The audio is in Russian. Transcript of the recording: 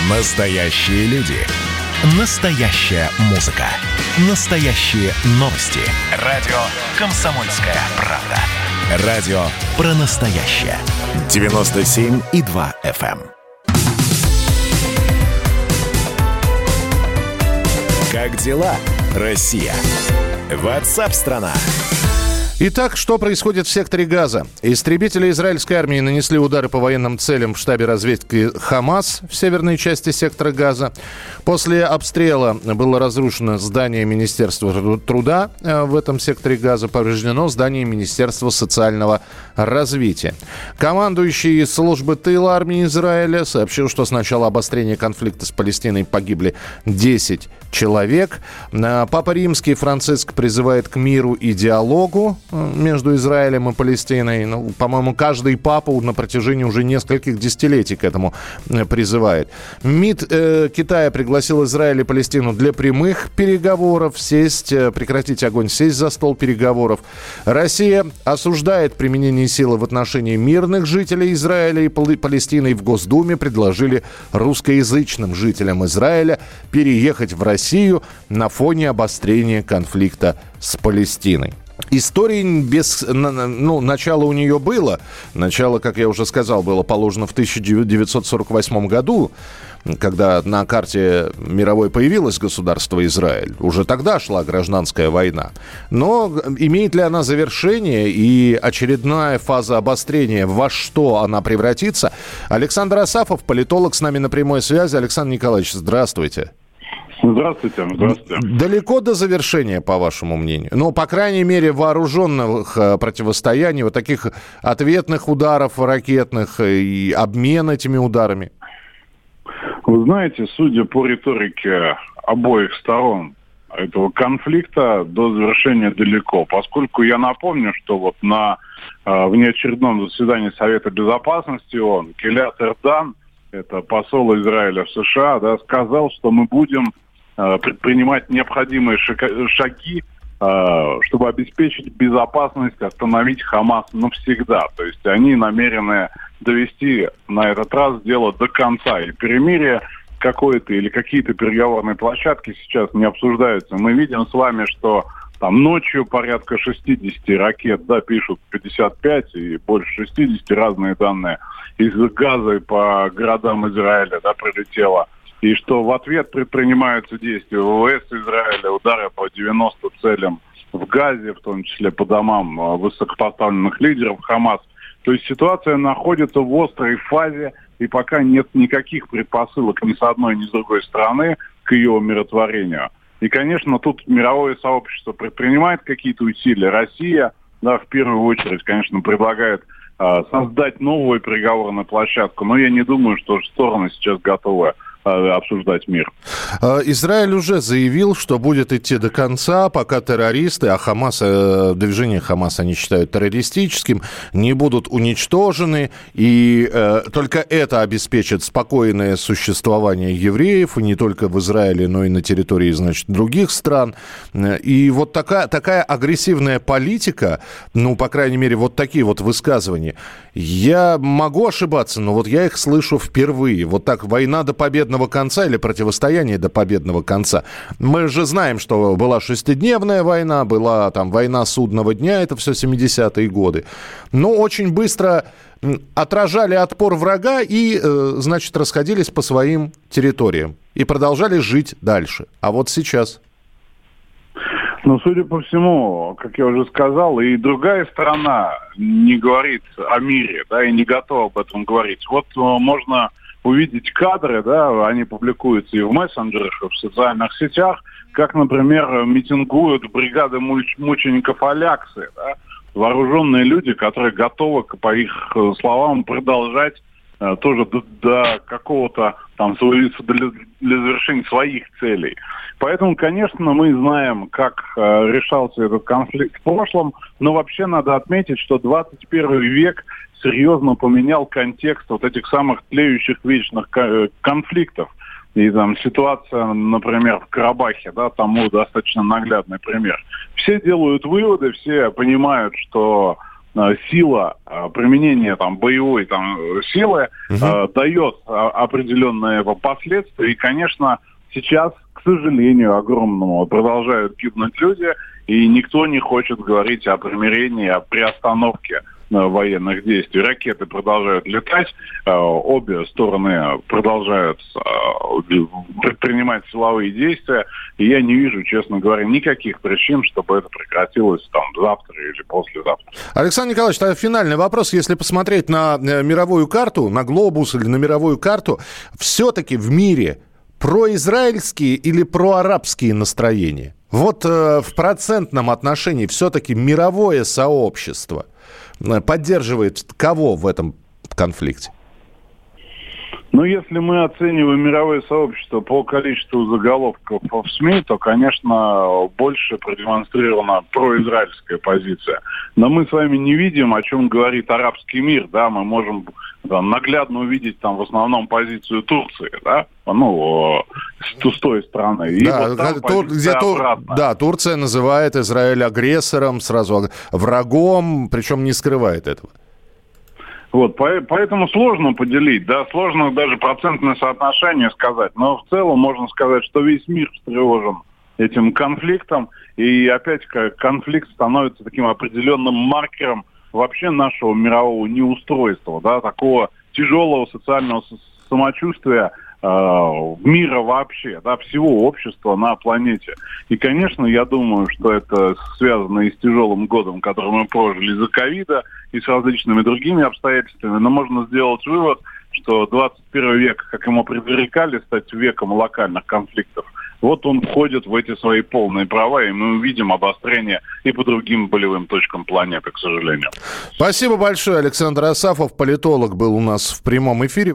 Настоящие люди. Настоящая музыка. Настоящие новости. Радио «Комсомольская правда». Радио про настоящее. 97,2 FM. Как дела, Россия? WhatsApp-страна. Итак, что происходит в секторе Газа? Истребители израильской армии нанесли удары по военным целям в штабе разведки «Хамас» в северной части сектора Газа. После обстрела было разрушено здание Министерства труда в этом секторе Газа, повреждено здание Министерства социального развития. Командующий службы тыла армии Израиля сообщил, что с начала обострения конфликта с Палестиной погибли 10 человек. Папа Римский Франциск призывает к миру и диалогу между Израилем и Палестиной. Ну, по-моему, каждый папа на протяжении уже нескольких десятилетий к этому призывает. МИД Китая пригласил Израиль и Палестину для прямых переговоров, прекратить огонь, сесть за стол переговоров. Россия осуждает применение силы в отношении мирных жителей Израиля и Палестины. И в Госдуме предложили русскоязычным жителям Израиля переехать в Россию на фоне обострения конфликта с Палестиной. Истории начало у нее было. Начало, как я уже сказал, было положено в 1948 году, когда на карте мировой появилось государство Израиль. Уже тогда шла гражданская война. Но имеет ли она завершение и очередная фаза обострения, во что она превратится? Александр Асафов, политолог, с нами на прямой связи. Александр Николаевич, здравствуйте. Здравствуйте. Далеко до завершения, по вашему мнению? Ну, по крайней мере, вооруженных противостояний, вот таких ответных ударов ракетных и обмен этими ударами? Вы знаете, судя по риторике обоих сторон этого конфликта, до завершения далеко. Поскольку я напомню, что вот на внеочередном заседании Совета Безопасности ООН Гилад Эрдан, это посол Израиля в США, сказал, что мы будем предпринимать необходимые шаги, чтобы обеспечить безопасность, остановить Хамас навсегда. То есть они намерены довести на этот раз дело до конца. И перемирие какое-то или какие-то переговорные площадки сейчас не обсуждаются. Мы видим с вами, что там ночью порядка 60 ракет, пишут 55 и больше 60, разные данные, из Газа по городам Израиля, прилетело. И что в ответ предпринимаются действия ВВС Израиля, удары по 90 целям в Газе, в том числе по домам высокопоставленных лидеров Хамас. То есть ситуация находится в острой фазе, и пока нет никаких предпосылок ни с одной, ни с другой стороны к ее умиротворению. И, конечно, тут мировое сообщество предпринимает какие-то усилия. Россия, в первую очередь, конечно, предлагает создать новую переговорную площадку. Но я не думаю, что стороны сейчас готовы обсуждать мир. Израиль уже заявил, что будет идти до конца, пока террористы, движение Хамас они считают террористическим, не будут уничтожены, и только это обеспечит спокойное существование евреев, и не только в Израиле, но и на территории, других стран. И вот такая агрессивная политика, по крайней мере, вот такие вот высказывания, я могу ошибаться, но вот я их слышу впервые. Вот так, война до победного конца или противостояние до победного конца. Мы же знаем, что была шестидневная война, была война судного дня, это все 70-е годы. Но очень быстро отражали отпор врага и, расходились по своим территориям. И продолжали жить дальше. А вот сейчас... Судя по всему, как я уже сказал, и другая сторона не говорит о мире, и не готова об этом говорить. Вот можно увидеть кадры, они публикуются и в мессенджерах, и в социальных сетях, как, например, митингуют бригады мучеников Аляксы, вооруженные люди, которые готовы, по их словам, продолжать тоже до какого-то для завершения своих целей. Поэтому, конечно, мы знаем, как решался этот конфликт в прошлом, но вообще надо отметить, что 21 век серьезно поменял контекст вот этих самых тлеющих вечных конфликтов. И ситуация, например, в Карабахе, тому достаточно наглядный пример. Все делают выводы, все понимают, что сила, применение там боевой там силы дает определенные последствия. И, конечно, сейчас, к сожалению, огромному продолжают гибнуть люди, и никто не хочет говорить о примирении, о приостановке военных действий. Ракеты продолжают летать, обе стороны продолжают предпринимать силовые действия, и я не вижу, честно говоря, никаких причин, чтобы это прекратилось там завтра или послезавтра. Александр Николаевич, тогда финальный вопрос. Если посмотреть на мировую карту, на глобус или на мировую карту, все-таки в мире произраильские или проарабские настроения? Вот в процентном отношении все-таки мировое сообщество поддерживает кого в этом конфликте? Ну, если мы оцениваем мировое сообщество по количеству заголовков в СМИ, то, конечно, больше продемонстрирована произраильская позиция. Но мы с вами не видим, о чем говорит арабский мир, да, мы можем наглядно увидеть там в основном позицию Турции, да, с той стороны. И да, вот Турция называет Израиль агрессором, сразу врагом, причем не скрывает этого. Вот, поэтому сложно поделить, да, сложно даже процентное соотношение сказать, но в целом можно сказать, что весь мир встревожен этим конфликтом, и опять конфликт становится таким определенным маркером вообще нашего мирового неустройства, да, такого тяжелого социального самочувствия мира вообще, да, всего общества на планете. И, конечно, я думаю, что это связано и с тяжелым годом, который мы прожили из-за ковида, и с различными другими обстоятельствами, но можно сделать вывод, что 21 век, как ему предрекали, стать веком локальных конфликтов, вот он входит в эти свои полные права, и мы увидим обострение и по другим болевым точкам планеты, к сожалению. Спасибо большое. Александр Асафов, политолог, был у нас в прямом эфире.